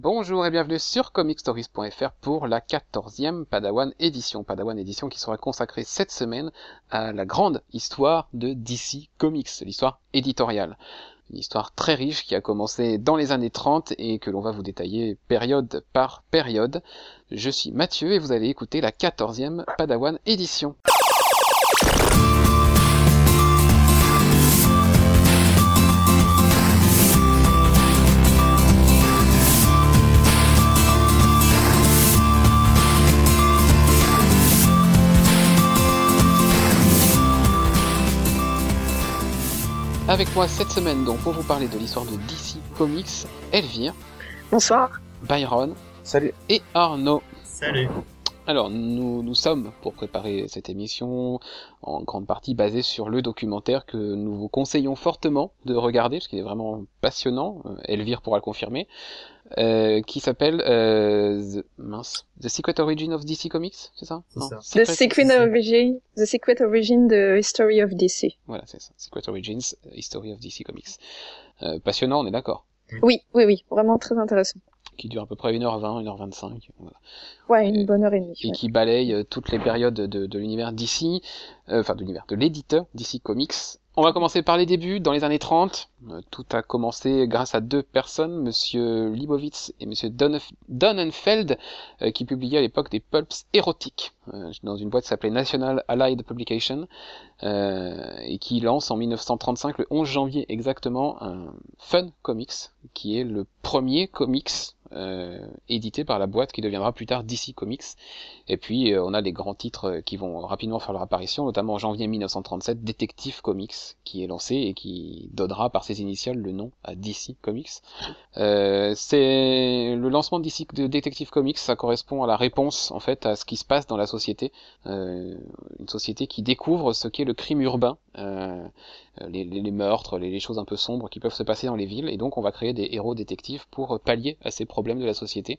Bonjour et bienvenue sur comicstories.fr pour la 14e Padawan édition. Padawan édition qui sera consacrée cette semaine à la grande histoire de DC Comics, l'histoire éditoriale. Une histoire très riche qui a commencé dans les années 30 et que l'on va vous détailler période par période. Je suis Mathieu et vous allez écouter la 14e Padawan édition. Avec moi cette semaine donc pour vous parler de l'histoire de DC Comics, Elvire. Bonsoir. Byron. Salut. Et Arnaud. Salut. Alors nous sommes pour préparer cette émission en grande partie basée sur le documentaire que nous vous conseillons fortement de regarder parce qu'il est vraiment passionnant, Elvire pourra le confirmer, qui s'appelle The Secret Origin of DC Comics, c'est ça? Non, The Secret Origin, The History of DC. Voilà, c'est ça. Secret Origins, History of DC Comics. Passionnant, on est d'accord? Oui, vraiment très intéressant. Qui dure à peu près 1h20, 1h25. Voilà. Ouais, une bonne heure et demie. Et qui balaye toutes les périodes de l'univers DC, de l'éditeur DC Comics. On va commencer par les débuts, dans les années 30. Tout a commencé grâce à deux personnes, monsieur Leibowitz et monsieur Donenfeld, qui publiaient à l'époque des pulps érotiques, dans une boîte qui s'appelait National Allied Publication, et qui lance en 1935, le 11 janvier exactement, un Fun Comics, qui est le premier comics édité par la boîte qui deviendra plus tard DC Comics. Et puis on a des grands titres qui vont rapidement faire leur apparition, notamment en janvier 1937, Detective Comics, qui est lancé et qui donnera par ses initiales le nom à DC Comics. C'est le lancement de Detective Comics, ça correspond à la réponse en fait à ce qui se passe dans la société, une société qui découvre ce qu'est le crime urbain, les meurtres, les choses un peu sombres qui peuvent se passer dans les villes, et donc on va créer des héros détectives pour pallier à ces problèmes de la société.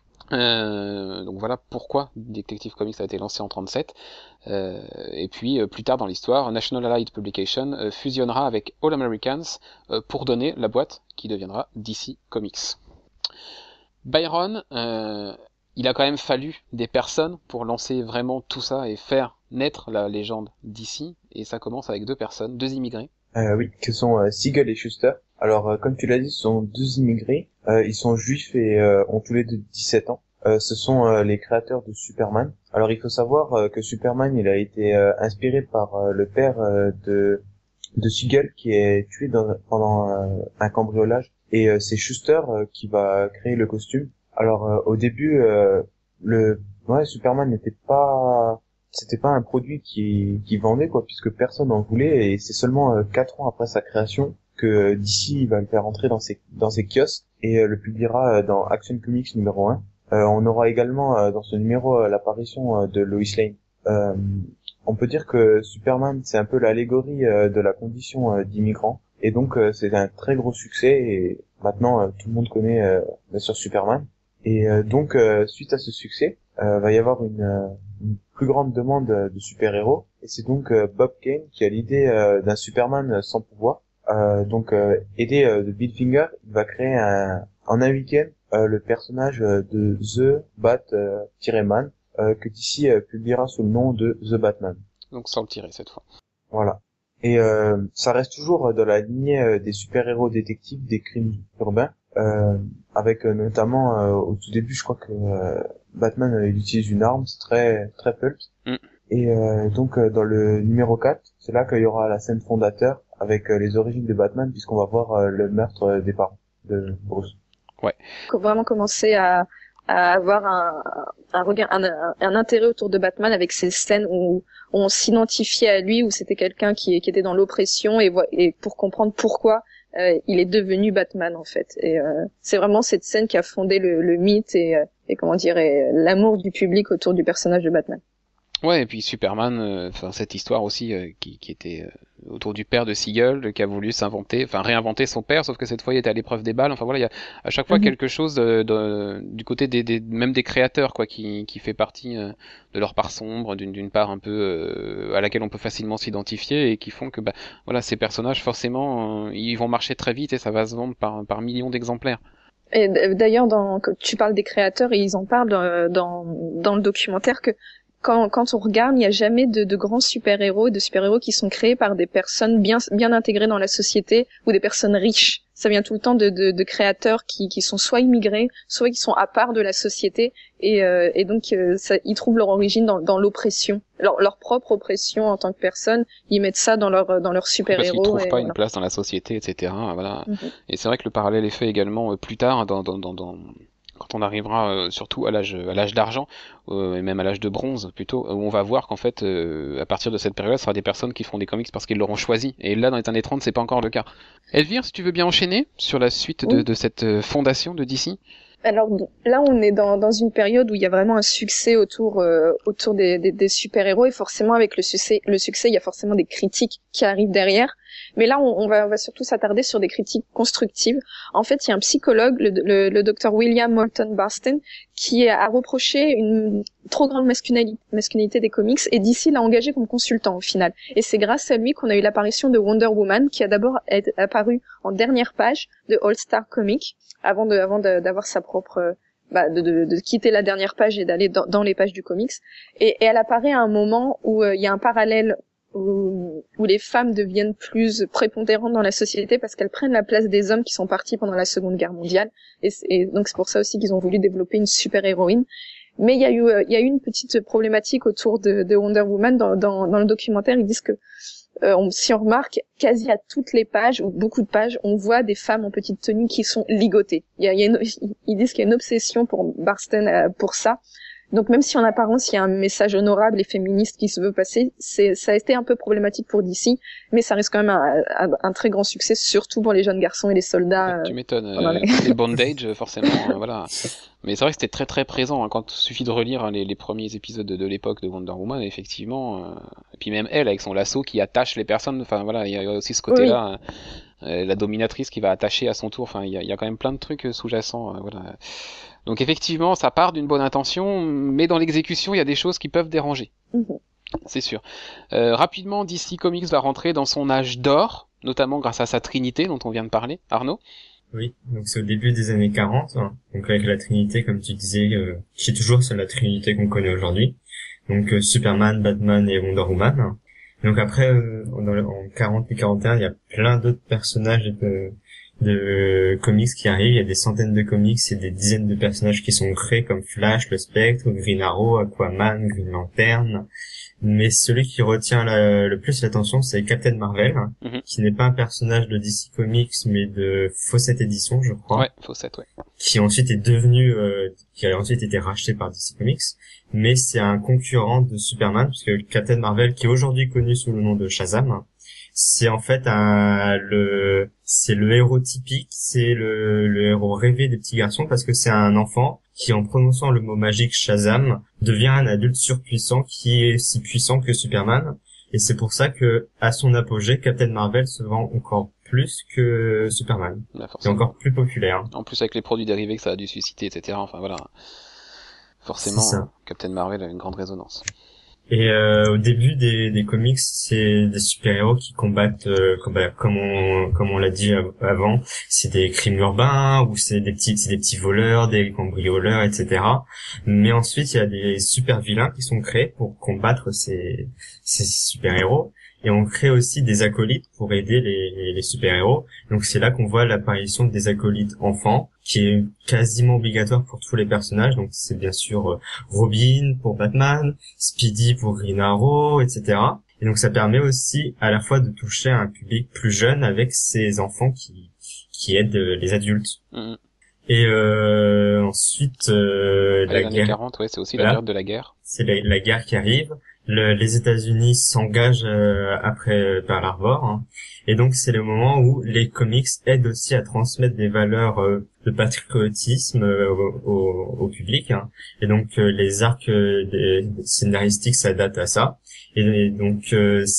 Donc voilà pourquoi Detective Comics a été lancé en 37. Et puis plus tard dans l'histoire, National Allied Publication fusionnera avec All Americans pour donner la boîte qui deviendra DC Comics. Byron, il a quand même fallu des personnes pour lancer vraiment tout ça et faire naître la légende DC, et ça commence avec deux personnes, deux immigrés. Oui, que sont Siegel et Schuster. Alors, comme tu l'as dit, ce sont deux immigrés. Ils sont juifs et ont tous les deux 17 ans. Ce sont les créateurs de Superman. Alors, il faut savoir que Superman, il a été inspiré par le père de Siegel, qui est tué pendant un cambriolage. Et c'est Schuster qui va créer le costume. Alors, au début, Superman c'était pas un produit qui vendait, quoi, puisque personne en voulait, et c'est seulement 4 ans après sa création que DC va le faire entrer dans ses kiosques et le publiera dans Action Comics numéro 1. On aura également dans ce numéro l'apparition de Lois Lane. On peut dire que Superman, c'est un peu l'allégorie de la condition d'immigrant, et donc c'est un très gros succès, et maintenant tout le monde connaît bien sûr Superman. Et donc suite à ce succès, va y avoir une plus grande demande de super-héros, et c'est donc Bob Kane qui a l'idée d'un Superman sans pouvoir. Aidé de Bill Finger, il va créer en un week-end le personnage de The Bat-Man, que DC publiera sous le nom de The Batman. Donc sans le tirer cette fois. Voilà. Et ça reste toujours dans la lignée des super-héros détectives des crimes urbains, avec notamment au tout début, je crois que Batman il utilise une arme, c'est très très pulp. Et donc dans le numéro 4, c'est là qu'il y aura la scène fondateur avec les origines de Batman, puisqu'on va voir le meurtre des parents de Bruce. Ouais. Faut vraiment commencer à avoir un intérêt autour de Batman, avec ces scènes où on s'identifiait à lui, où c'était quelqu'un qui était dans l'oppression, et pour comprendre pourquoi il est devenu Batman en fait. Et c'est vraiment cette scène qui a fondé le mythe et l'amour du public autour du personnage de Batman. Ouais, et puis Superman, cette histoire aussi qui était autour du père de Siegel, qui a voulu réinventer son père, sauf que cette fois il était à l'épreuve des balles. Enfin voilà, il y a à chaque fois quelque chose du côté même des créateurs, quoi, qui fait partie de leur part sombre, d'une part un peu à laquelle on peut facilement s'identifier, et qui font que ces personnages forcément ils vont marcher très vite et ça va se vendre par millions d'exemplaires. Et d'ailleurs, quand tu parles des créateurs, et ils en parlent dans le documentaire, que quand on regarde, il n'y a jamais de grands super-héros, de super-héros qui sont créés par des personnes bien intégrées dans la société ou des personnes riches. Ça vient tout le temps de créateurs qui sont soit immigrés, soit qui sont à part de la société, et donc ils trouvent leur origine dans l'oppression, leur propre oppression en tant que personne. Ils mettent ça dans leur super-héros. Parce qu'ils trouvent pas voilà. une place dans la société, etc. Voilà. Mm-hmm. Et c'est vrai que le parallèle est fait également plus tard quand on arrivera surtout à l'âge d'argent et même à l'âge de bronze plutôt, où on va voir qu'en fait à partir de cette période, ce sera des personnes qui feront des comics parce qu'ils l'auront choisi. Et là dans les années 30, c'est pas encore le cas. Elvire, si tu veux bien enchaîner sur la suite de cette fondation de DC. Alors là, on est dans une période où il y a vraiment un succès autour des super-héros, et forcément avec le succès, il y a forcément des critiques qui arrivent derrière. Mais là, on va surtout s'attarder sur des critiques constructives. En fait, il y a un psychologue, le docteur William Moulton Marston, qui a reproché une trop grande masculinité des comics, et DC l'a engagé comme consultant au final. Et c'est grâce à lui qu'on a eu l'apparition de Wonder Woman, qui a d'abord apparu en dernière page de All Star Comics, avant d'avoir sa propre de quitter la dernière page et d'aller dans les pages du comics, et elle apparaît à un moment où il y a un parallèle où les femmes deviennent plus prépondérantes dans la société parce qu'elles prennent la place des hommes qui sont partis pendant la Seconde Guerre mondiale, et donc c'est pour ça aussi qu'ils ont voulu développer une super héroïne. Mais il y a eu une petite problématique autour de Wonder Woman dans le documentaire. Ils disent que si on remarque, quasi à toutes les pages, ou beaucoup de pages, on voit des femmes en petite tenue qui sont ligotées. Ils disent qu'il y a une obsession pour Marston pour ça. Donc même si en apparence il y a un message honorable et féministe qui se veut passer, ça a été un peu problématique pour DC, mais ça reste quand même un très grand succès, surtout pour les jeunes garçons et les soldats. Tu m'étonnes, les bondage forcément, voilà. Mais c'est vrai que c'était très très présent, hein, quand il suffit de relire les premiers épisodes de l'époque de Wonder Woman, effectivement, et puis même elle avec son lasso qui attache les personnes, enfin voilà, il y a aussi ce côté-là, la dominatrice qui va attacher à son tour, enfin il y a quand même plein de trucs sous-jacents, voilà. Donc effectivement, ça part d'une bonne intention, mais dans l'exécution, il y a des choses qui peuvent déranger. Mm-hmm. C'est sûr. Rapidement, DC Comics va rentrer dans son âge d'or, notamment grâce à sa Trinité dont on vient de parler. Arnaud ? Oui, donc c'est au début des années 40, hein, donc avec la Trinité, comme tu disais, qui est toujours la Trinité qu'on connaît aujourd'hui. Donc Superman, Batman et Wonder Woman. Donc après, en 40 et 41, il y a plein d'autres personnages de comics qui arrivent. Il y a des centaines de comics et des dizaines de personnages qui sont créés, comme Flash, le Spectre, Green Arrow, Aquaman, Green Lantern. Mais celui qui retient le plus l'attention, c'est Captain Marvel, qui n'est pas un personnage de DC Comics, mais de Fawcett Edition, je crois. Ouais, Fawcett, ouais. Qui a ensuite été racheté par DC Comics. Mais c'est un concurrent de Superman, parce que Captain Marvel, qui est aujourd'hui connu sous le nom de Shazam, c'est en fait c'est le héros typique, c'est le héros rêvé des petits garçons, parce que c'est un enfant qui, en prononçant le mot magique Shazam, devient un adulte surpuissant qui est si puissant que Superman. Et c'est pour ça que, à son apogée, Captain Marvel se vend encore plus que Superman. C'est encore plus populaire. En plus, avec les produits dérivés que ça a dû susciter, etc. Enfin, voilà. Forcément, Captain Marvel a une grande résonance. Et au début des comics, c'est des super-héros qui combattent, comme on l'a dit avant, c'est des crimes urbains, ou c'est des petits voleurs, des cambrioleurs, etc. Mais ensuite, il y a des super-vilains qui sont créés pour combattre ces super-héros. Et on crée aussi des acolytes pour aider les super-héros. Donc c'est là qu'on voit l'apparition des acolytes enfants, qui est quasiment obligatoire pour tous les personnages. Donc c'est bien sûr Robin pour Batman, Speedy pour Green Arrow, etc. Et donc ça permet aussi à la fois de toucher un public plus jeune avec ces enfants qui aident les adultes. Et ensuite la guerre. 40, ouais, c'est aussi la période de la guerre. C'est la guerre qui arrive. Les États-Unis s'engagent après Pearl Harbor, hein. Et donc c'est le moment où les comics aident aussi à transmettre des valeurs de patriotisme au public, hein. Et donc les arcs scénaristiques s'adaptent à ça. Et donc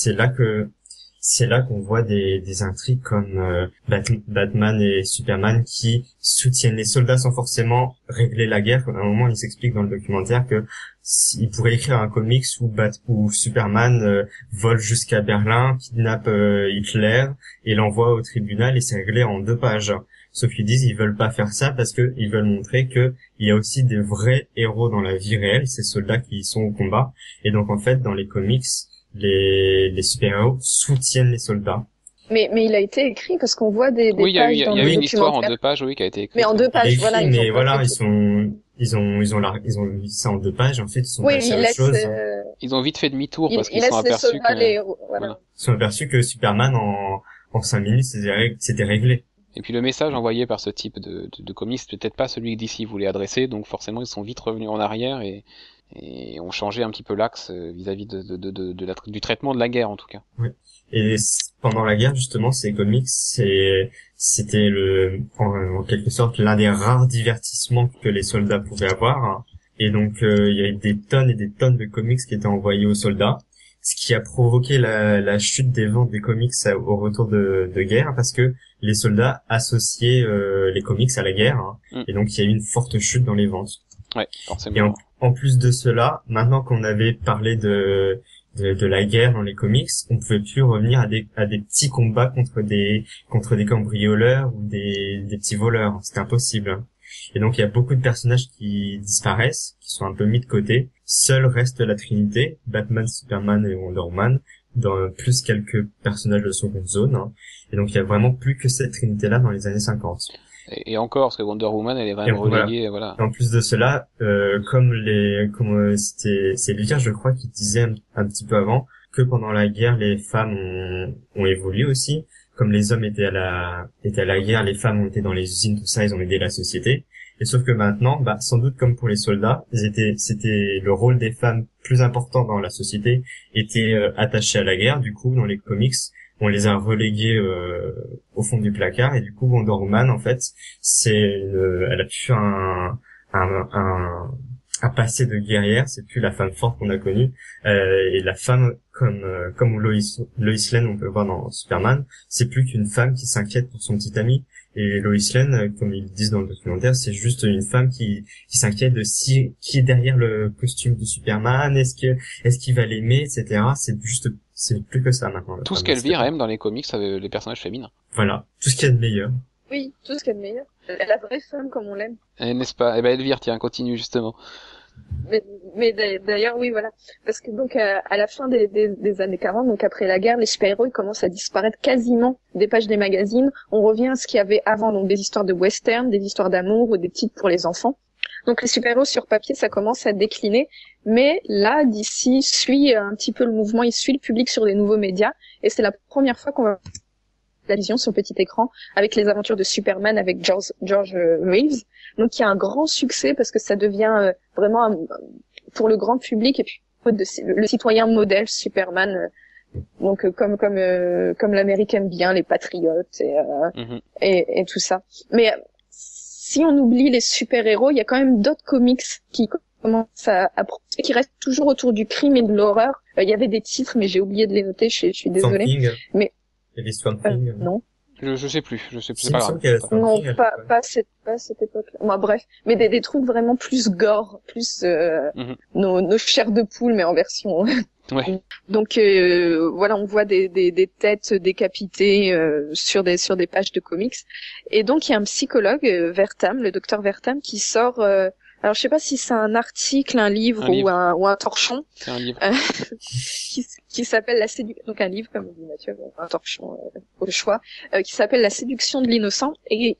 c'est là qu'on voit des intrigues comme Batman et Superman qui soutiennent les soldats sans forcément régler la guerre. À un moment, il s'explique dans le documentaire que il pourrait écrire un comics où Superman vole jusqu'à Berlin, kidnappe Hitler et l'envoie au tribunal, et c'est réglé en 2 pages. sauf qu'ils disent ils veulent pas faire ça parce que ils veulent montrer que il y a aussi des vrais héros dans la vie réelle, ces soldats qui sont au combat. Et donc en fait dans les comics, les super-héros soutiennent les soldats. Mais il a été écrit parce qu'on voit des Oui, pages dans il y a le une histoire en documentaire. 2 pages, oui, qui a été écrite. Mais en 2 pages, Écrit, voilà. mais voilà, pas fait ils ont mis ça en 2 pages. En fait, ils sont Oui, passés à il autre laisse, chose. Ils ont vite fait demi-tour parce qu'ils laisse sont les aperçus soldats, les que... héros, voilà. Ils sont aperçus que Superman en 5 minutes c'était réglé. Et puis le message envoyé par ce type de comics, c'est peut-être pas celui que DC voulait adresser, donc forcément ils sont vite revenus en arrière et ont changé un petit peu l'axe vis-à-vis du traitement de la guerre en tout cas. Oui. Et pendant la guerre, justement, ces comics, c'était en quelque sorte l'un des rares divertissements que les soldats pouvaient avoir. Hein. Et donc, il y avait des tonnes et des tonnes de comics qui étaient envoyés aux soldats, ce qui a provoqué la chute des ventes des comics au retour de guerre, parce que les soldats associaient les comics à la guerre, hein. Et donc il y a eu une forte chute dans les ventes. Ouais, forcément. Et en plus de cela, maintenant qu'on avait parlé de la guerre dans les comics, on pouvait plus revenir à des petits combats contre des cambrioleurs ou des petits voleurs. C'était impossible. Et donc il y a beaucoup de personnages qui disparaissent, qui sont un peu mis de côté. Seul reste la Trinité, Batman, Superman et Wonder Woman, dans plus quelques personnages de seconde zone. Hein. Et donc il y a vraiment plus que cette Trinité-là dans les années 50. Et encore, parce que Wonder Woman, elle est vraiment reléguée, voilà. Et en plus de cela, c'est Luthien, je crois, qui disait un petit peu avant que pendant la guerre, les femmes ont évolué aussi. Comme les hommes étaient à la guerre, les femmes ont été dans les usines, tout ça, ils ont aidé la société. Et sauf que maintenant, sans doute comme pour les soldats, c'était le rôle des femmes plus important dans la société était attaché à la guerre. Du coup, dans les comics, on les a relégués au fond du placard. Et du coup, Wonder Woman, en fait, elle a plus un passé de guerrière. C'est plus la femme forte qu'on a connue. Et la femme comme Lois Lane, on peut le voir dans Superman, c'est plus qu'une femme qui s'inquiète pour son petit ami. Et Lois Lane, comme ils disent dans le documentaire, c'est juste une femme qui s'inquiète de qui est derrière le costume de Superman, est-ce qu'il va l'aimer, etc. C'est plus que ça maintenant. Tout ce qu'Elvire aime dans les comics avec les personnages féminins. Voilà, tout ce qu'il y a de meilleur. Oui, tout ce qu'il y a de meilleur. La vraie femme comme on l'aime. N'est-ce pas? Eh ben Elvire, tiens, continue justement. Mais d'ailleurs, oui, voilà. Parce que donc, à la fin des années 40, donc après la guerre, les super-héros ils commencent à disparaître quasiment des pages des magazines. On revient à ce qu'il y avait avant, donc des histoires de western, des histoires d'amour ou des titres pour les enfants. Donc les super-héros sur papier, ça commence à décliner. Mais là, DC suit un petit peu le mouvement, il suit le public sur des nouveaux médias. Et c'est la première fois qu'on va la vision sur petit écran avec les aventures de Superman avec George Reeves. Donc il y a un grand succès parce que ça devient vraiment pour le grand public et puis le citoyen modèle Superman. Donc comme l'Amérique aime bien les patriotes et tout ça. Mais si on oublie les super-héros, il y a quand même d'autres comics qui commencent qui restent toujours autour du crime et de l'horreur. Il y avait des titres mais j'ai oublié de les noter, je suis désolée. Mais il y avait Swamp Thing. Non. Je sais plus, c'est pas grave. Non, pas cette époque-là. Bon, bref, mais des trucs vraiment plus gore, plus nos chairs de poule, mais en version. Ouais. Donc voilà, on voit des têtes décapitées sur des pages de comics. Et donc il y a un psychologue, Vertam, le docteur Vertam, qui sort. Alors je sais pas si c'est un article, un livre ou un torchon. C'est un livre. Qui s'appelle donc un livre comme dit Mathieu, un torchon au choix, qui s'appelle La séduction de l'innocent, et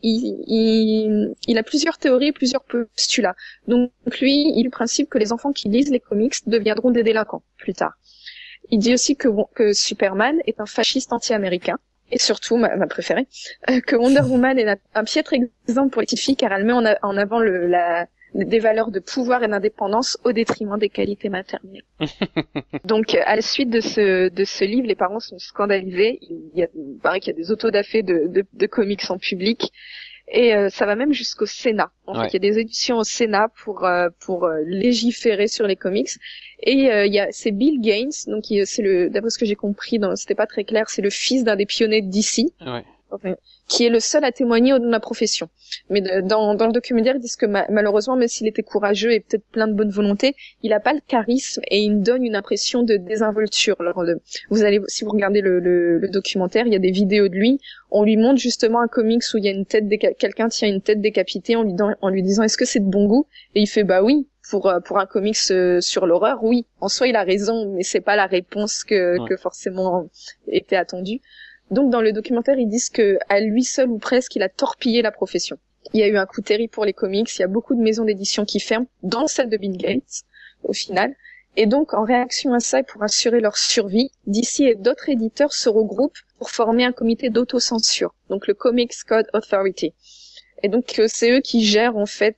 il a plusieurs théories, plusieurs postulats. Donc lui, il a le principe que les enfants qui lisent les comics deviendront des délinquants plus tard. Il dit aussi que Superman est un fasciste anti-américain. Et surtout, ma préférée, que Wonder Woman est un piètre exemple pour les petites filles car elle met en avant des valeurs de pouvoir et d'indépendance au détriment des qualités maternelles. Donc, à la suite de ce livre, les parents sont scandalisés. Il paraît qu'il y a des autodafés de comics en public. Et ça va même jusqu'au Sénat. En fait, il y a des éditions au Sénat pour légiférer sur les comics. Et c'est Bill Gaines, donc d'après ce que j'ai compris, c'était pas très clair, c'est le fils d'un des pionniers de DC. Ouais. enfin, qui est le seul à témoigner au nom de la profession. Mais dans le documentaire, ils disent que malheureusement, même s'il était courageux et peut-être plein de bonne volonté, il a pas le charisme et il donne une impression de désinvolture. Alors, vous allez, si vous regardez le documentaire, il y a des vidéos de lui. On lui montre justement un comics où il y a une tête quelqu'un tient une tête décapitée en lui disant est-ce que c'est de bon goût? Et il fait bah oui. Pour un comics sur l'horreur, oui. En soi, il a raison, mais c'est pas la réponse que forcément était attendue. Donc, dans le documentaire, ils disent que à lui seul ou presque, il a torpillé la profession. Il y a eu un coup terrible pour les comics. Il y a beaucoup de maisons d'édition qui ferment, dont celle de Bill Gates, au final. Et donc, en réaction à ça et pour assurer leur survie, DC et d'autres éditeurs se regroupent pour former un comité d'autocensure. Donc, le Comics Code Authority. Et donc c'est eux qui gèrent en fait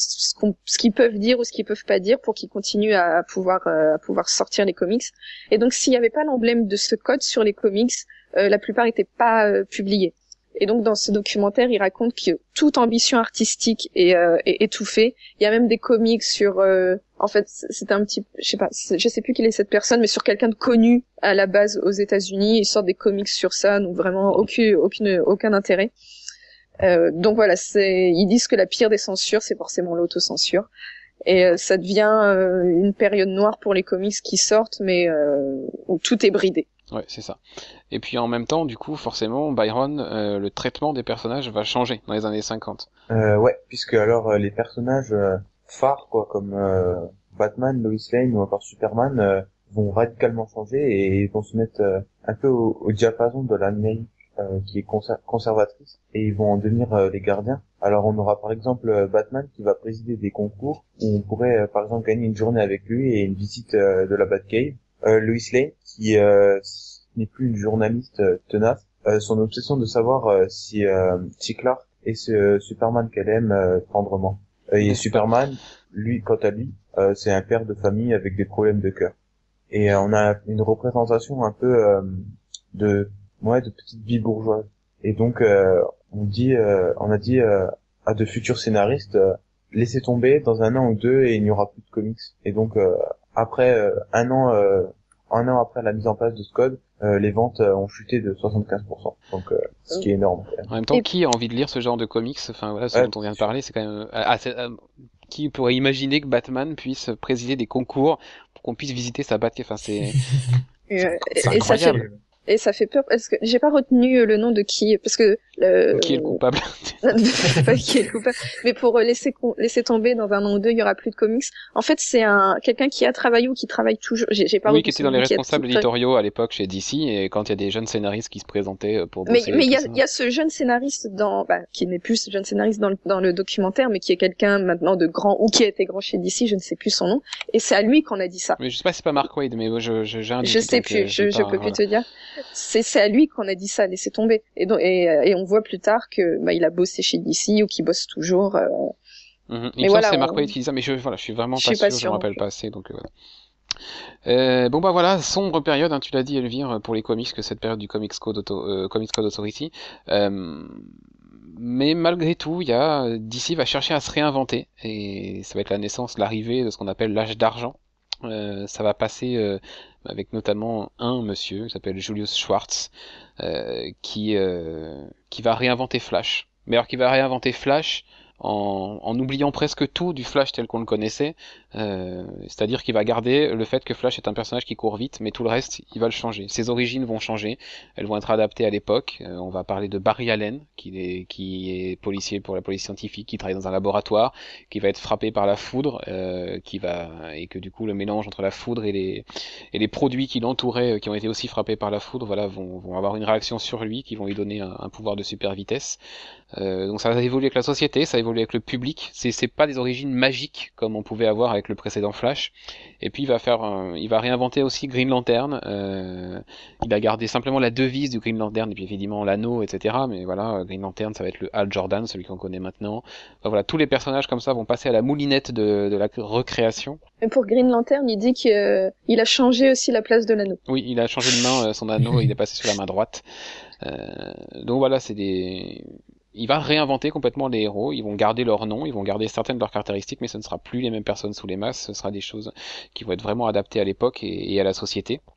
ce qu'ils peuvent dire ou ce qu'ils peuvent pas dire pour qu'ils continuent à pouvoir sortir les comics. Et donc s'il n'y avait pas l'emblème de ce code sur les comics, la plupart n'étaient pas publiés. Et donc dans ce documentaire, il raconte que toute ambition artistique est étouffée. Il y a même des comics sur en fait c'est un petit je sais plus qui est cette personne, mais sur quelqu'un de connu à la base aux États-Unis. Ils sortent des comics sur ça, donc vraiment aucun intérêt. Donc voilà, ils disent que la pire des censures, c'est forcément l'autocensure. Et ça devient une période noire pour les comics qui sortent, mais où tout est bridé. Ouais, c'est ça. Et puis en même temps, du coup, forcément, Byron, le traitement des personnages va changer dans les années 50. Ouais, puisque alors les personnages phares, quoi, comme Batman, Lois Lane ou encore Superman, vont radicalement changer et vont se mettre un peu au diapason de la numérique. Qui est conservatrice, et ils vont en devenir les gardiens. Alors on aura par exemple Batman qui va présider des concours où on pourrait par exemple gagner une journée avec lui et une visite de la Batcave. Lois Lane qui n'est plus une journaliste tenace, son obsession de savoir si Clark est ce Superman qu'elle aime tendrement. Et Superman, lui, quant à lui, c'est un père de famille avec des problèmes de cœur. Et on a une représentation un peu de petite vie bourgeoise. Et donc on a dit à de futurs scénaristes laissez tomber, dans 1 an ou 2 et il n'y aura plus de comics. Et donc après un an après la mise en place de ce code, les ventes ont chuté de 75%. Donc ce qui est énorme. En même temps, qui a envie de lire ce genre de comics? Enfin voilà, ce dont on vient de parler, c'est quand même qui pourrait imaginer que Batman puisse présider des concours pour qu'on puisse visiter sa Batcave? Enfin c'est incroyable. Et ça fait peur parce que j'ai pas retenu le nom de qui, parce que qui est le coupable. Pas qui est le coupable, mais pour laisser tomber dans 1 an ou 2, il y aura plus de comics. En fait, c'est quelqu'un qui a travaillé ou qui travaille toujours. J'ai pas. Oui, qui était dans les responsables éditoriaux à l'époque chez DC, et quand il y a des jeunes scénaristes qui se présentaient pour bosser. Mais il y a ce jeune scénariste qui n'est plus ce jeune scénariste dans le documentaire, mais qui est quelqu'un maintenant de grand ou qui a été grand chez DC, je ne sais plus son nom. Et c'est à lui qu'on a dit ça. Mais je sais pas si c'est pas Mark Waid, mais j'ai un doute. Je sais plus, je peux plus te dire. C'est à lui qu'on a dit ça, laissez tomber. Et on voit plus tard que il a bossé chez DC ou qu'il bosse toujours. Il me semble que c'est Mark Waid qui dit ça, mais je suis vraiment pas sûr, je me rappelle pas assez, donc voilà. Bon bah voilà, sombre période, hein, tu l'as dit Elvire, pour les comics, que cette période du Comics Code Authority. Mais malgré tout, DC va chercher à se réinventer, et ça va être l'arrivée de ce qu'on appelle l'âge d'argent. Ça va passer avec notamment un monsieur qui s'appelle Julius Schwartz qui va réinventer Flash. Mais alors qui va réinventer Flash en oubliant presque tout du Flash tel qu'on le connaissait, c'est-à-dire qu'il va garder le fait que Flash est un personnage qui court vite, mais tout le reste, il va le changer. Ses origines vont changer, elles vont être adaptées à l'époque. On va parler de Barry Allen, qui est policier pour la police scientifique, qui travaille dans un laboratoire, qui va être frappé par la foudre, et que du coup le mélange entre la foudre et les produits qui l'entouraient, qui ont été aussi frappés par la foudre, voilà, vont avoir une réaction sur lui, qui vont lui donner un pouvoir de super vitesse. Donc ça va évoluer avec la société, ça évolue avec le public. C'est pas des origines magiques comme on pouvait avoir avec le précédent Flash. Et puis il va réinventer aussi Green Lantern. Il a gardé simplement la devise du Green Lantern et puis évidemment l'anneau, etc. Mais voilà, Green Lantern, ça va être le Hal Jordan, celui qu'on connaît maintenant. Enfin, voilà, tous les personnages comme ça vont passer à la moulinette de la recréation. Et pour Green Lantern, il dit qu'il a changé aussi la place de l'anneau. Oui, il a changé de main, son anneau, il est passé sur la main droite. Donc voilà, il va réinventer complètement les héros, ils vont garder leur nom, ils vont garder certaines de leurs caractéristiques, mais ce ne sera plus les mêmes personnes sous les masques, ce sera des choses qui vont être vraiment adaptées à l'époque et à la société.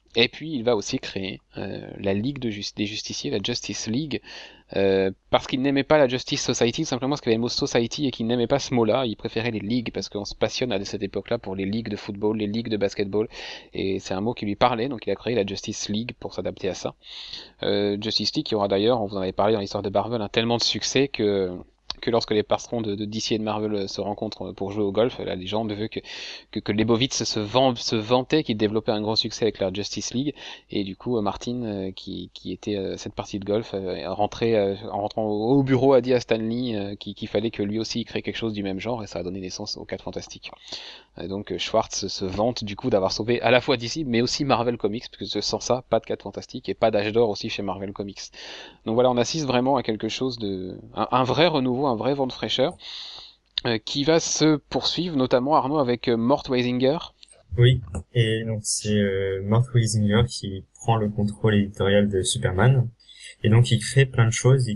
Et puis il va aussi créer la Ligue des Justiciers, la Justice League, parce qu'il n'aimait pas la Justice Society, simplement parce qu'il y avait le mot Society et qu'il n'aimait pas ce mot-là. Il préférait les ligues, parce qu'on se passionne à cette époque-là pour les ligues de football, les ligues de basketball, et c'est un mot qui lui parlait, donc il a créé la Justice League pour s'adapter à ça. Justice League qui aura d'ailleurs, on vous en avait parlé dans l'histoire de Marvel, tellement de succès que lorsque les patrons de DC et de Marvel se rencontrent pour jouer au golf, la légende veut que Leibovitz se vantait qu'il développait un gros succès avec la Justice League, et du coup Martin, qui était cette partie de golf, en rentrant au bureau, a dit à Stan Lee qu'il fallait que lui aussi crée quelque chose du même genre, et ça a donné naissance aux 4 Fantastiques. Donc Schwartz se vante du coup d'avoir sauvé à la fois DC mais aussi Marvel Comics, parce que sans ça, pas de 4 Fantastiques et pas d'âge d'or aussi chez Marvel Comics. Donc voilà, on assiste vraiment à quelque chose un vrai renouveau, un vrai vent de fraîcheur, qui va se poursuivre, notamment Arnaud avec Mort Weisinger. Oui, et donc c'est Mort Weisinger qui prend le contrôle éditorial de Superman, et donc il crée plein de choses,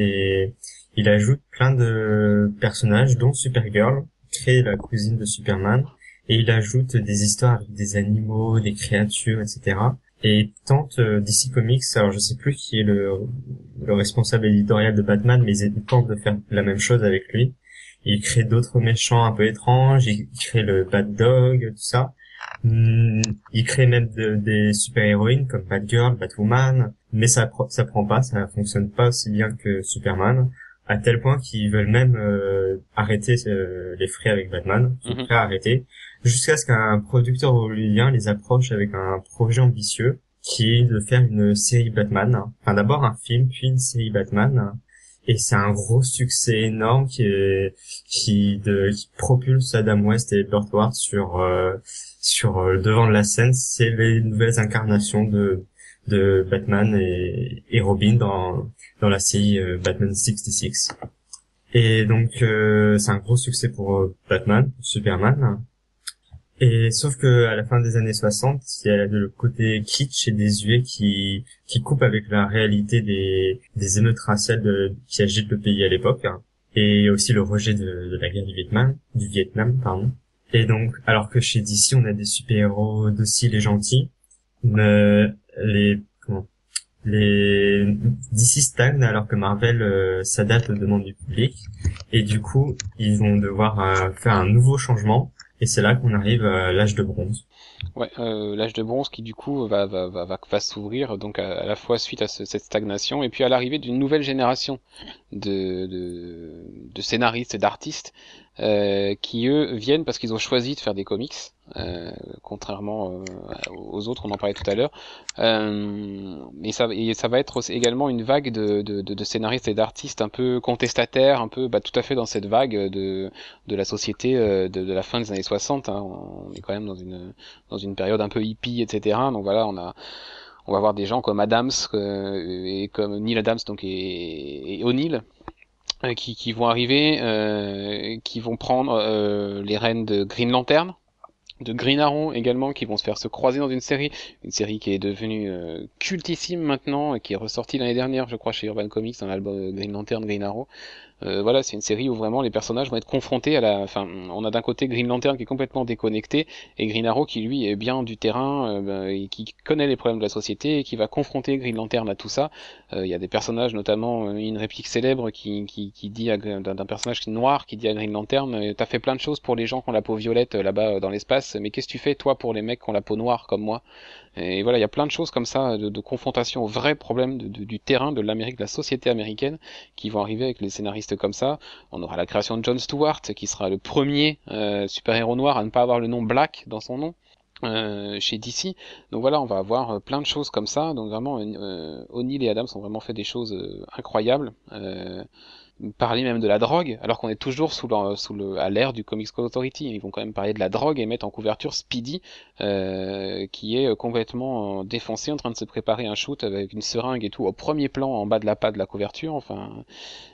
il ajoute plein de personnages, dont Supergirl, crée la cousine de Superman, et il ajoute des histoires avec des animaux, des créatures, etc. Et tente DC Comics, alors je sais plus qui est le responsable éditorial de Batman, mais il tente de faire la même chose avec lui. Il crée d'autres méchants un peu étranges, il crée le Bat Dog, tout ça. Il crée même des super-héroïnes comme Batgirl, Batwoman, mais ça prend pas, ça fonctionne pas aussi bien que Superman, à tel point qu'ils veulent même arrêter les frais avec Batman, ils sont prêts à arrêter, jusqu'à ce qu'un producteur hollywoodien les approche avec un projet ambitieux, qui est de faire une série Batman, enfin d'abord un film, puis une série Batman, et c'est un gros succès énorme qui propulse Adam West et Burt Ward sur le devant de la scène. C'est les nouvelles incarnations de Batman et Robin dans la série Batman 66. Et donc c'est un gros succès pour Batman, pour Superman. Et sauf que à la fin des années 60, il y a le côté kitsch et désuet qui coupe avec la réalité des émeutes raciales qui agitent le pays à l'époque, et aussi le rejet de la guerre du Vietnam, pardon. Et donc, alors que chez DC on a des super-héros dociles et gentils, mais les DC stagnent alors que Marvel s'adapte aux demandes du public, et du coup ils vont devoir faire un nouveau changement. Et c'est là qu'on arrive à l'âge de bronze. Ouais, l'âge de bronze qui du coup va s'ouvrir, donc à la fois suite à cette stagnation et puis à l'arrivée d'une nouvelle génération de scénaristes et d'artistes qui eux viennent parce qu'ils ont choisi de faire des comics, contrairement aux autres, on en parlait tout à l'heure. Et ça va être aussi également une vague de scénaristes et d'artistes un peu contestataires, un peu tout à fait dans cette vague de la société de la fin des années 60. Hein. On est quand même dans une période un peu hippie, etc. Donc voilà, on va avoir des gens comme Adams et comme Neil Adams donc et O'Neill qui vont arriver, qui vont prendre les rênes de Green Lantern, de Green Arrow également, qui vont se croiser dans une série qui est devenue cultissime maintenant et qui est ressortie l'année dernière, je crois, chez Urban Comics dans l'album Green Lantern, Green Arrow. Voilà, c'est une série où vraiment les personnages vont être confrontés on a d'un côté Green Lantern qui est complètement déconnecté et Green Arrow qui lui est bien du terrain et qui connaît les problèmes de la société et qui va confronter Green Lantern à tout ça. Il y a des personnages, notamment une réplique célèbre qui dit d'un personnage noir qui dit à Green Lantern t'as fait plein de choses pour les gens qui ont la peau violette là-bas dans l'espace, mais qu'est-ce que tu fais toi pour les mecs qui ont la peau noire comme moi? Et voilà, il y a plein de choses comme ça, de confrontation aux vrais problèmes du terrain, de l'Amérique, de la société américaine, qui vont arriver avec les scénaristes comme ça. On aura la création de John Stewart, qui sera le premier super-héros noir à ne pas avoir le nom Black dans son nom. Chez DC. Donc voilà, on va avoir plein de choses comme ça. Donc vraiment, O'Neill et Adams ont vraiment fait des choses incroyables. Parler même de la drogue, alors qu'on est toujours à l'ère du Comics Code Authority. Ils vont quand même parler de la drogue et mettre en couverture Speedy, qui est complètement défoncé, en train de se préparer un shoot avec une seringue et tout au premier plan en bas de la page de la couverture. Enfin,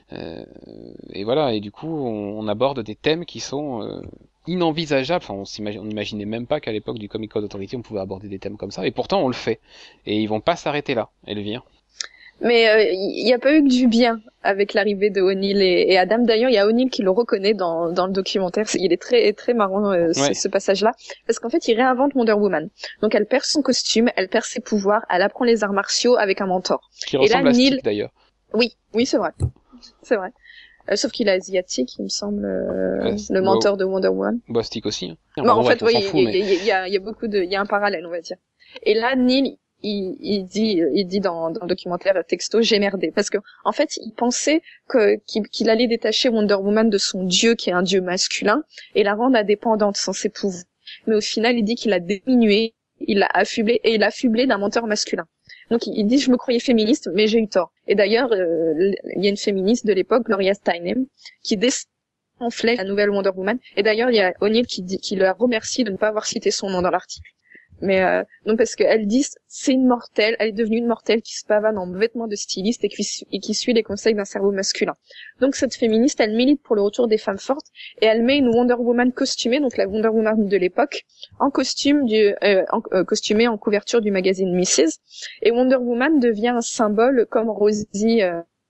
et voilà. Et du coup, on aborde des thèmes qui sont inenvisageable. Enfin, on n'imaginait même pas qu'à l'époque du Comic Code Authority on pouvait aborder des thèmes comme ça, et pourtant on le fait. Et ils vont pas s'arrêter là, Elvire. Mais il y a pas eu que du bien avec l'arrivée de O'Neill et Adam. D'ailleurs, il y a O'Neill qui le reconnaît dans le documentaire. Il est très très marrant ce passage-là, parce qu'en fait, il réinvente Wonder Woman. Donc, elle perd son costume, elle perd ses pouvoirs, elle apprend les arts martiaux avec un mentor. Qui ressemble à Stick d'ailleurs. Oui, c'est vrai, c'est vrai. Sauf qu'il est asiatique, il me semble, le mentor de Wonder Woman. Bah, Stick aussi. Hein. En fait, oui, il y a beaucoup de, il y a un parallèle, on va dire. Et là, Neil, il dit dans le documentaire texto, j'ai merdé, parce que en fait, il pensait qu'il allait détacher Wonder Woman de son dieu, qui est un dieu masculin, et la rendre indépendante sans ses pouvoirs. Mais au final, il dit qu'il a diminué, il l'a affublé, et il l'a affublé d'un mentor masculin. Donc il dit, je me croyais féministe, mais j'ai eu tort. Et d'ailleurs, il y a une féministe de l'époque, Gloria Steinem, qui décenflait la nouvelle Wonder Woman. Et d'ailleurs, il y a O'Neill qui la remercie de ne pas avoir cité son nom dans l'article. Mais non, parce qu'elle dit, c'est une mortelle, elle est devenue une mortelle qui se pavane en vêtements de styliste et qui suit les conseils d'un cerveau masculin. Donc cette féministe, elle milite pour le retour des femmes fortes, et elle met une Wonder Woman costumée, donc la Wonder Woman de l'époque, en costume costumée en couverture du magazine Mrs. Et Wonder Woman devient un symbole comme Rosie,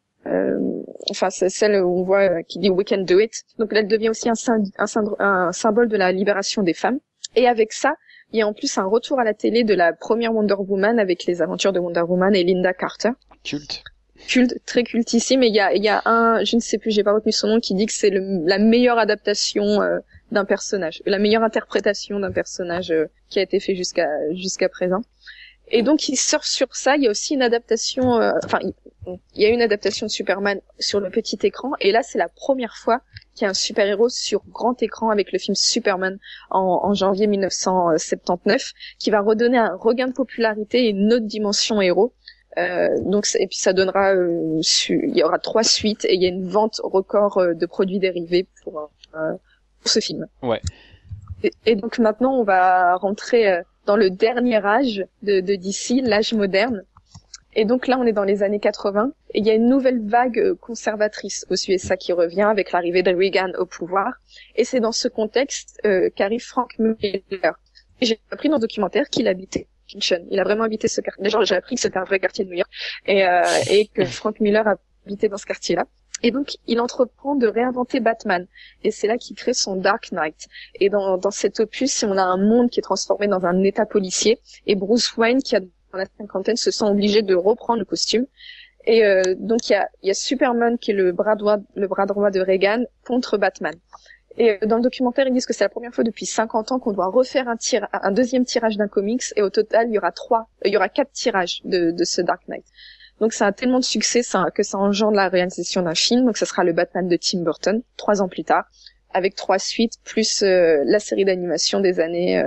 enfin c'est celle où on voit qui dit We can do it. Donc elle devient aussi un symbole de la libération des femmes. Et avec ça, il y a en plus un retour à la télé de la première Wonder Woman avec les aventures de Wonder Woman et Linda Carter. Culte, très cultissime. Et il y a un, je ne sais plus, j'ai pas retenu son nom, qui dit que c'est la meilleure adaptation d'un personnage, la meilleure interprétation d'un personnage qui a été fait jusqu'à présent. Et donc il surfe sur ça. Il y a aussi une adaptation, il y a une adaptation de Superman sur le petit écran. Et là, c'est la première fois qu'il y a un super-héros sur grand écran avec le film Superman en janvier 1979, qui va redonner un regain de popularité et une autre dimension héros. Et puis ça donnera, il y aura 3 suites et il y a une vente record de produits dérivés pour ce film. Ouais. Et donc maintenant, on va rentrer dans le dernier âge de DC, l'âge moderne. Et donc là, on est dans les années 80, et il y a une nouvelle vague conservatrice aux USA qui revient avec l'arrivée de Reagan au pouvoir. Et c'est dans ce contexte qu'arrive Frank Miller. Et j'ai appris dans le documentaire qu'il habitait Kitchen. Il a vraiment habité ce quartier. Déjà, j'ai appris que c'était un vrai quartier de New York, et que Frank Miller habitait dans ce quartier-là. Et donc, il entreprend de réinventer Batman. Et c'est là qu'il crée son Dark Knight. Et dans cet opus, on a un monde qui est transformé dans un état policier. Et Bruce Wayne, qui a dans la cinquantaine, se sent obligé de reprendre le costume. Et donc, il y a Superman, qui est le bras droit de Reagan, contre Batman. Et dans le documentaire, ils disent que c'est la première fois depuis 50 ans qu'on doit refaire un deuxième tirage d'un comics. Et au total, il y aura 4 tirages de ce Dark Knight. Donc ça a tellement de succès que ça engendre la réalisation d'un film. Donc ça sera le Batman de Tim Burton, 3 ans plus tard, avec 3 suites, plus la série d'animation des années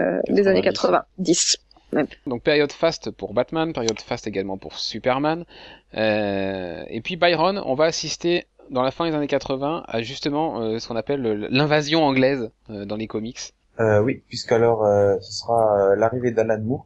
90. Même. Donc période faste pour Batman, période faste également pour Superman. Et puis Byron, on va assister dans la fin des années 80 à justement ce qu'on appelle l'invasion anglaise dans les comics. Oui, puisqu'alors ce sera l'arrivée d'Alan Moore.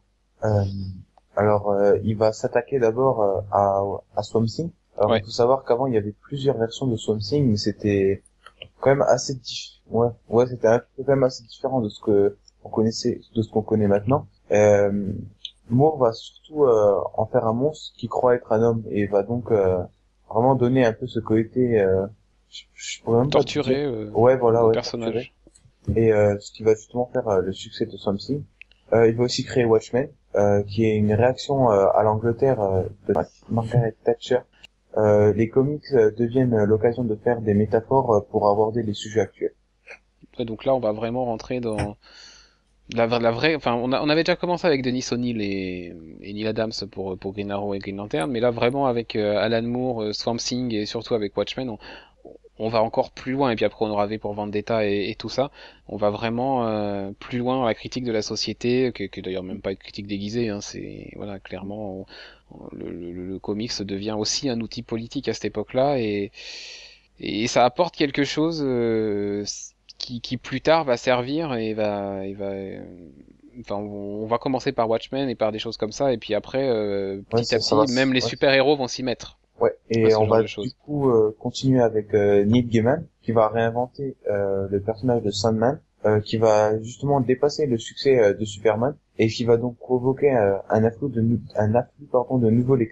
Il va s'attaquer d'abord à Swamp Thing. Alors, il faut savoir qu'avant, il y avait plusieurs versions de Swamp Thing, mais c'était quand même assez c'était quand même assez différent de ce qu'on connaît maintenant. Moore va surtout en faire un monstre qui croit être un homme et va donc vraiment donner un peu ce côté je pourrais même torturé au personnage. Et ce qui va justement faire le succès de Swamp Thing. Il va aussi créer Watchmen, qui est une réaction à l'Angleterre de Margaret Thatcher. Les comics deviennent l'occasion de faire des métaphores pour aborder les sujets actuels. Ouais, donc là, on va vraiment rentrer dans la vraie. Enfin, on avait déjà commencé avec Dennis O'Neill et Neil Adams pour Green Arrow et Green Lantern, mais là vraiment avec Alan Moore, Swamp Thing et surtout avec Watchmen, on va encore plus loin, et puis après on aura V pour Vendetta et tout ça. On va vraiment plus loin dans la critique de la société, que d'ailleurs même pas une critique déguisée, hein, c'est voilà, clairement le comics devient aussi un outil politique à cette époque-là, et ça apporte quelque chose qui plus tard va servir et va enfin on va commencer par Watchmen et par des choses comme ça, et puis après petit à petit même les super-héros vont s'y mettre. Ouais, et on va du coup continuer avec Neil Gaiman, qui va réinventer le personnage de Sandman, qui va justement dépasser le succès de Superman, et qui va donc provoquer un afflux de nouveaux lecteurs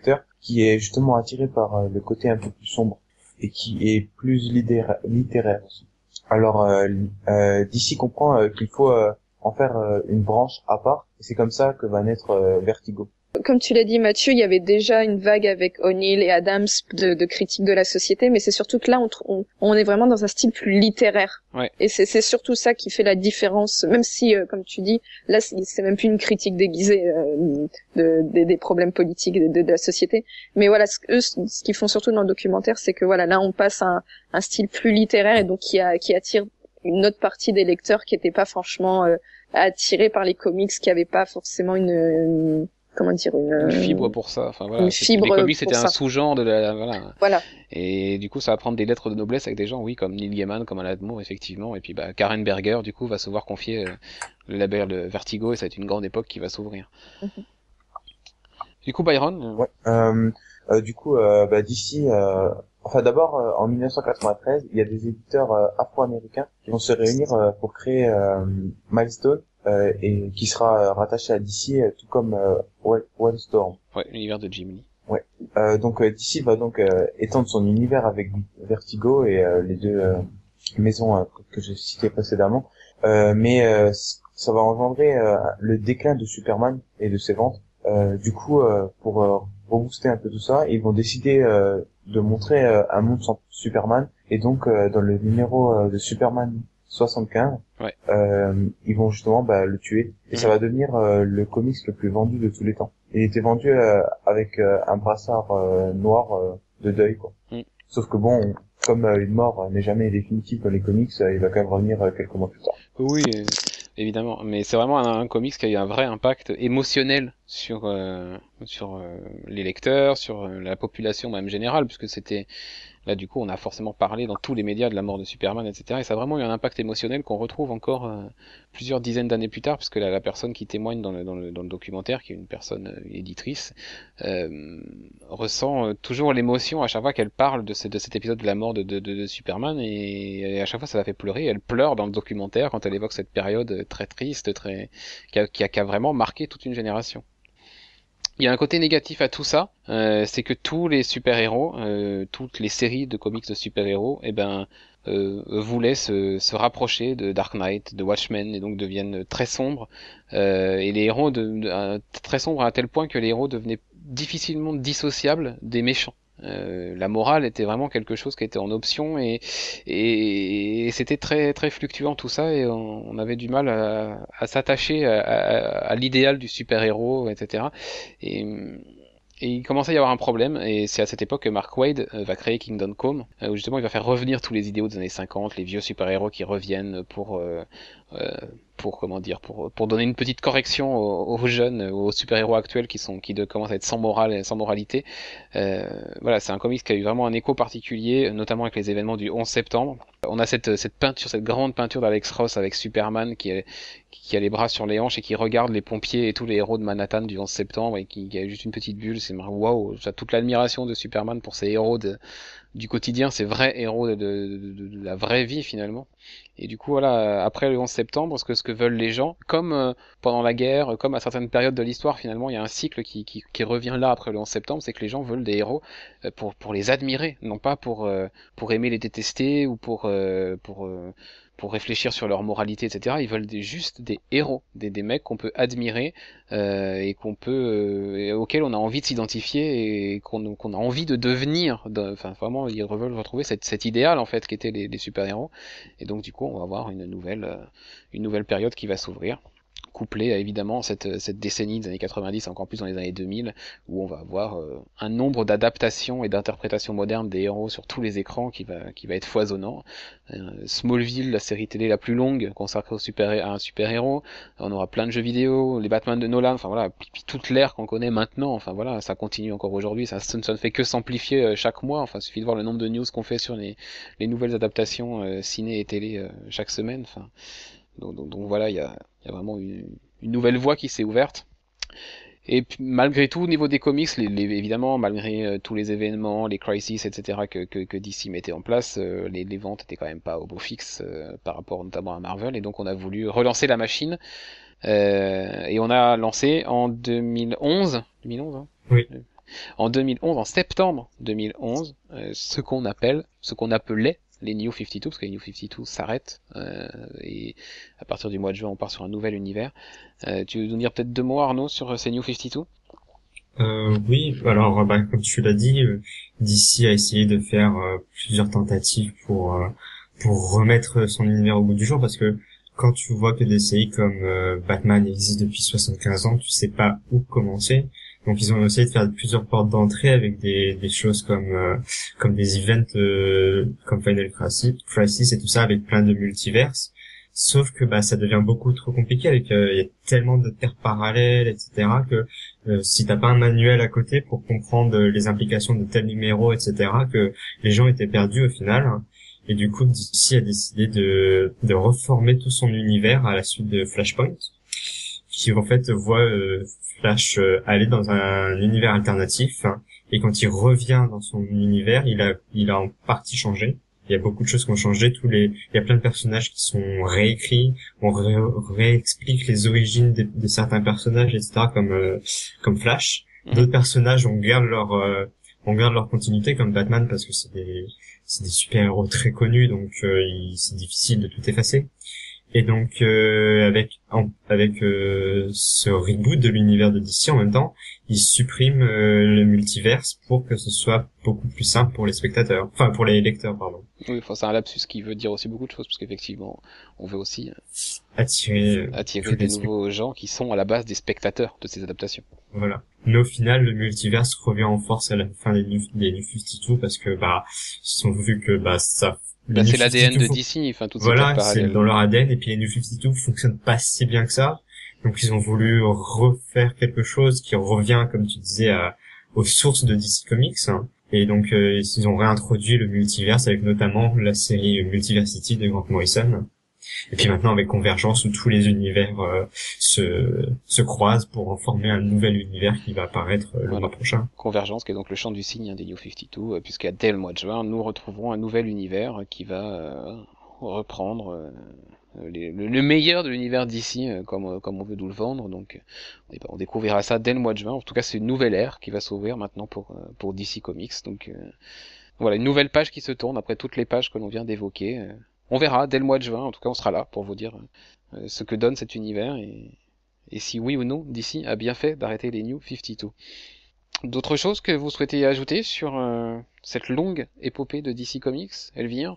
qui est justement attiré par le côté un peu plus sombre et qui est plus littéraire aussi. Alors DC comprend qu'il faut en faire une branche à part, et c'est comme ça que va naître Vertigo. Comme tu l'as dit, Mathieu, il y avait déjà une vague avec O'Neill et Adams de critiques de la société, mais c'est surtout que là, on est vraiment dans un style plus littéraire. Ouais. Et c'est surtout ça qui fait la différence, même si, comme tu dis, là, c'est même plus une critique déguisée des problèmes politiques de la société. Mais voilà, ce qu'ils font surtout dans le documentaire, c'est que voilà, là, on passe à un style plus littéraire et donc qui attire une autre partie des lecteurs qui n'étaient pas franchement attirés par les comics, qui n'avaient pas forcément une fibre pour ça. Enfin voilà, une fibre les comics c'était ça. un sous-genre de la voilà. Voilà. Et du coup, ça va prendre des lettres de noblesse avec des gens, oui, comme Neil Gaiman, comme Alan Moore, effectivement. Et puis, Karen Berger, du coup, va se voir confier le label de Vertigo, et ça va être une grande époque qui va s'ouvrir. Mm-hmm. Du coup, Byron. Ouais. Du coup, d'ici, enfin d'abord, en 1993, il y a des éditeurs afro-américains qui vont se réunir pour créer Milestone. Et qui sera rattaché à DC, tout comme Wildstorm. Ouais, l'univers de Jim Lee. Ouais. Donc DC va donc étendre son univers avec Vertigo et les deux maisons que j'ai citées précédemment. Mais ça va engendrer le déclin de Superman et de ses ventes. Du coup, pour rebooster un peu tout ça, ils vont décider de montrer un monde sans Superman. Et donc, dans le numéro de Superman 75, ouais. Ils vont justement le tuer et ça va devenir le comics le plus vendu de tous les temps. Il était vendu avec un brassard noir de deuil quoi. Sauf que bon, comme une mort n'est jamais définitive dans les comics, il va quand même revenir quelques mois plus tard. Oui, évidemment, mais c'est vraiment un comics qui a eu un vrai impact émotionnel sur les lecteurs, sur la population même générale, puisque c'était là, du coup, on a forcément parlé dans tous les médias de la mort de Superman, etc. Et ça a vraiment eu un impact émotionnel qu'on retrouve encore plusieurs dizaines d'années plus tard, puisque la personne qui témoigne dans le documentaire, qui est une personne éditrice, ressent toujours l'émotion à chaque fois qu'elle parle de cet épisode de la mort de Superman, et à chaque fois ça la fait pleurer. Elle pleure dans le documentaire quand elle évoque cette période très triste, qui a vraiment marqué toute une génération. Il y a un côté négatif à tout ça, c'est que tous les super-héros, toutes les séries de comics de super-héros, voulaient se rapprocher de Dark Knight, de Watchmen, et donc deviennent très sombres, et les héros très sombres à tel point que les héros devenaient difficilement dissociables des méchants. La morale était vraiment quelque chose qui était en option et c'était très très fluctuant tout ça, et on avait du mal à s'attacher à l'idéal du super-héros, etc. Et il commençait à y avoir un problème, et c'est à cette époque que Mark Waid va créer Kingdom Come, où justement il va faire revenir tous les idéaux des années 50, les vieux super-héros qui reviennent pour donner une petite correction aux jeunes, aux super-héros actuels qui commencent à être sans morale et sans moralité. Voilà, c'est un comics qui a eu vraiment un écho particulier, notamment avec les événements du 11 septembre. On a cette peinture, cette grande peinture d'Alex Ross avec Superman qui a les bras sur les hanches et qui regarde les pompiers et tous les héros de Manhattan du 11 septembre, et qui a juste une petite bulle. C'est waouh, j'ai toute l'admiration de Superman pour ces héros du quotidien, ces vrais héros de la vraie vie finalement. Et du coup voilà, après le 11 septembre, ce que veulent les gens, comme pendant la guerre, comme à certaines périodes de l'histoire, finalement il y a un cycle qui revient là après le 11 septembre, c'est que les gens veulent des héros pour les admirer, non pas pour aimer les détester ou pour réfléchir sur leur moralité, etc. Ils veulent juste des héros, des mecs qu'on peut admirer et auxquels on a envie de s'identifier et qu'on a envie de devenir. Enfin, vraiment, ils veulent retrouver cet idéal en fait qu'étaient les super-héros. Et donc, du coup, on va avoir une nouvelle période qui va s'ouvrir, couplé à évidemment cette décennie des années 90, encore plus dans les années 2000, où on va avoir un nombre d'adaptations et d'interprétations modernes des héros sur tous les écrans qui va être foisonnant. Smallville, la série télé la plus longue consacrée à un super-héros. On aura plein de jeux vidéo, les Batman de Nolan, enfin voilà, puis toute l'ère qu'on connaît maintenant, enfin voilà, ça continue encore aujourd'hui, ça ne fait que s'amplifier chaque mois, enfin il suffit de voir le nombre de news qu'on fait sur les nouvelles adaptations ciné et télé chaque semaine, enfin donc voilà, il y a vraiment une nouvelle voie qui s'est ouverte. Et puis, malgré tout, au niveau des comics, évidemment, malgré tous les événements, les crises, etc., que DC mettait en place, les ventes étaient quand même pas au beau fixe par rapport notamment à Marvel, et donc on a voulu relancer la machine, et on a lancé en 2011, hein, oui. en 2011, en septembre 2011, ce qu'on appelait les New 52, parce que les New 52 s'arrêtent, et à partir du mois de juin, on part sur un nouvel univers. Tu veux nous dire peut-être 2 mots, Arnaud, sur ces New 52? Oui, alors comme tu l'as dit, DC a essayé de faire plusieurs tentatives pour remettre son univers au goût du jour, parce que quand tu vois que des séries comme Batman existent depuis 75 ans, tu sais pas où commencer. Donc ils ont essayé de faire plusieurs portes d'entrée avec des choses comme des events comme Final Crisis et tout ça, avec plein de multiverses. Sauf que ça devient beaucoup trop compliqué, avec il y a tellement de terres parallèles, etc., que si t'as pas un manuel à côté pour comprendre les implications de tel numéro, etc., que les gens étaient perdus au final. Et du coup, DC a décidé de reformer tout son univers à la suite de Flashpoint, qui en fait voit Flash aller dans un univers alternatif, et quand il revient dans son univers, il a en partie changé. Il y a beaucoup de choses qui ont changé, il y a plein de personnages qui sont réécrits, on réexplique les origines de certains personnages, etc., comme Flash. D'autres personnages, on garde leur continuité, comme Batman, parce que c'est des super-héros très connus, donc c'est difficile de tout effacer. Et donc avec ce reboot de l'univers de DC, en même temps, ils suppriment le multiverse pour que ce soit beaucoup plus simple pour les spectateurs, enfin pour les lecteurs, pardon. Oui, enfin c'est un lapsus qui veut dire aussi beaucoup de choses, parce qu'effectivement, on veut aussi attirer des nouveaux gens qui sont à la base des spectateurs de ces adaptations. Voilà. Mais au final, le multiverse revient en force à la fin des New 52, parce que ils ont vu que ça c'est l'ADN de DC, enfin toutes ces voilà, parallèles. C'est dans leur ADN, et puis les New 52 fonctionnent pas si bien que ça. Donc ils ont voulu refaire quelque chose qui revient, comme tu disais, aux sources de DC Comics. Et donc ils ont réintroduit le multiverse avec notamment la série Multiversity de Grant Morrison. Et puis maintenant avec Convergence, où tous les univers se croisent pour en former un nouvel univers qui va apparaître le mois prochain. Convergence, qui est donc le chant du cygne des New 52, puisqu'à dès le mois de juin, nous retrouverons un nouvel univers qui va reprendre le meilleur de l'univers d'ici, comme on veut nous le vendre. Donc on découvrira ça dès le mois de juin. En tout cas, c'est une nouvelle ère qui va s'ouvrir maintenant pour DC Comics. Donc voilà, une nouvelle page qui se tourne après toutes les pages que l'on vient d'évoquer. On verra dès le mois de juin. En tout cas, on sera là pour vous dire ce que donne cet univers et si oui ou non DC a bien fait d'arrêter les New 52. D'autres choses que vous souhaitez ajouter sur cette longue épopée de DC Comics, Elvire?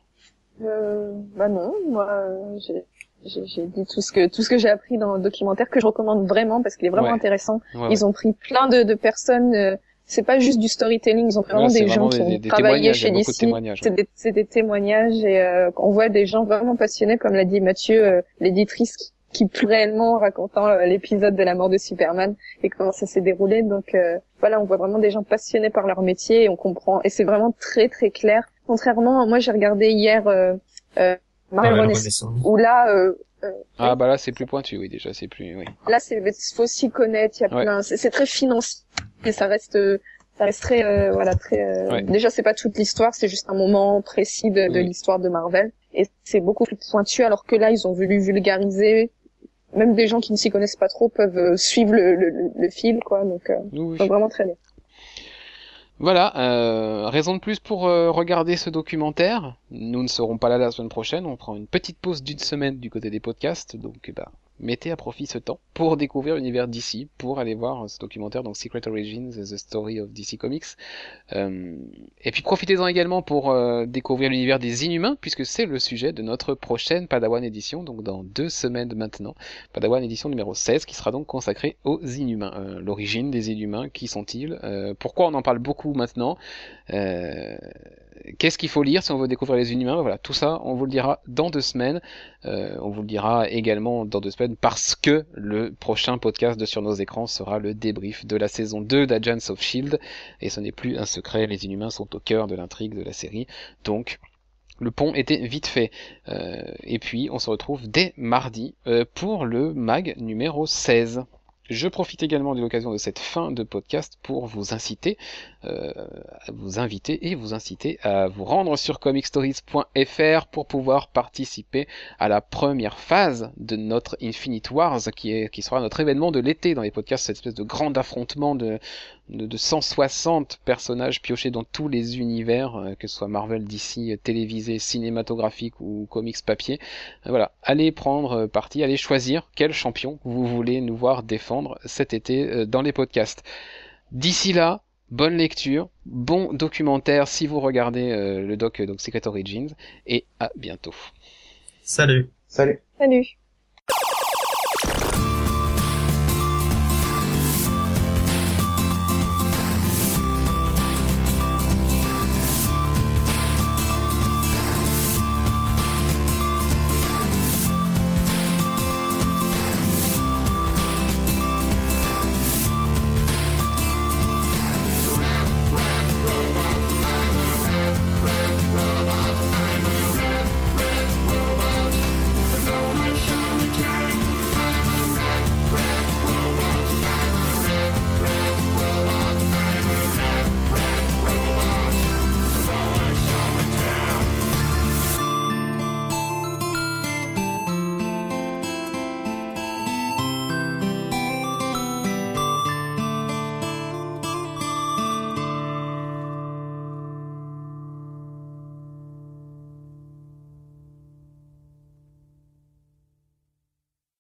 Non, moi j'ai dit tout ce que j'ai appris dans le documentaire, que je recommande vraiment parce qu'il est vraiment intéressant. Ils ont pris plein de personnes, c'est pas juste du storytelling, ils ont vraiment des gens qui ont travaillé chez DC. C'est des témoignages, et on voit des gens vraiment passionnés, comme l'a dit Mathieu, l'éditrice qui plus réellement racontant l'épisode de la mort de Superman et comment ça s'est déroulé. Donc voilà, on voit vraiment des gens passionnés par leur métier, et on comprend, et c'est vraiment très très clair. Contrairement, moi j'ai regardé hier Marvel Renaissance, où là là c'est plus pointu, oui, déjà c'est plus, oui. Là faut s'y connaître, il y a plein, c'est très financier, et ça reste très très déjà c'est pas toute l'histoire, c'est juste un moment précis de l'histoire de Marvel, et c'est beaucoup plus pointu, alors que là ils ont voulu vulgariser. Même des gens qui ne s'y connaissent pas trop peuvent suivre le fil, quoi. Donc vraiment très bien. Voilà, raison de plus pour regarder ce documentaire. Nous ne serons pas là la semaine prochaine, on prend une petite pause d'1 semaine du côté des podcasts, donc mettez à profit ce temps pour découvrir l'univers DC, pour aller voir ce documentaire, donc Secret Origins, The Story of DC Comics. Et puis profitez-en également pour découvrir l'univers des Inhumains, puisque c'est le sujet de notre prochaine Padawan édition, donc dans 2 semaines maintenant. Padawan édition numéro 16, qui sera donc consacrée aux Inhumains. L'origine des Inhumains, qui sont-ils, pourquoi on en parle beaucoup maintenant, qu'est-ce qu'il faut lire si on veut découvrir les Inhumains? Voilà, tout ça, on vous le dira dans 2 semaines. On vous le dira également dans 2 semaines parce que le prochain podcast de Sur nos écrans sera le débrief de la saison 2 d'Agents of S.H.I.E.L.D. Et ce n'est plus un secret, les Inhumains sont au cœur de l'intrigue de la série. Donc, le pont était vite fait. Et puis, on se retrouve dès mardi pour le mag numéro 16. Je profite également de l'occasion de cette fin de podcast pour vous inciter vous inviter et vous inciter à vous rendre sur comicstories.fr pour pouvoir participer à la première phase de notre Infinite Wars qui sera notre événement de l'été dans les podcasts, cette espèce de grand affrontement de 160 personnages piochés dans tous les univers, que ce soit Marvel, DC, télévisé, cinématographique ou comics papier. Voilà, allez prendre parti, allez choisir quel champion vous voulez nous voir défendre cet été dans les podcasts. D'ici là, bonne lecture, bon documentaire si vous regardez le doc donc Secret Origins, et à bientôt. Salut. Salut. Salut.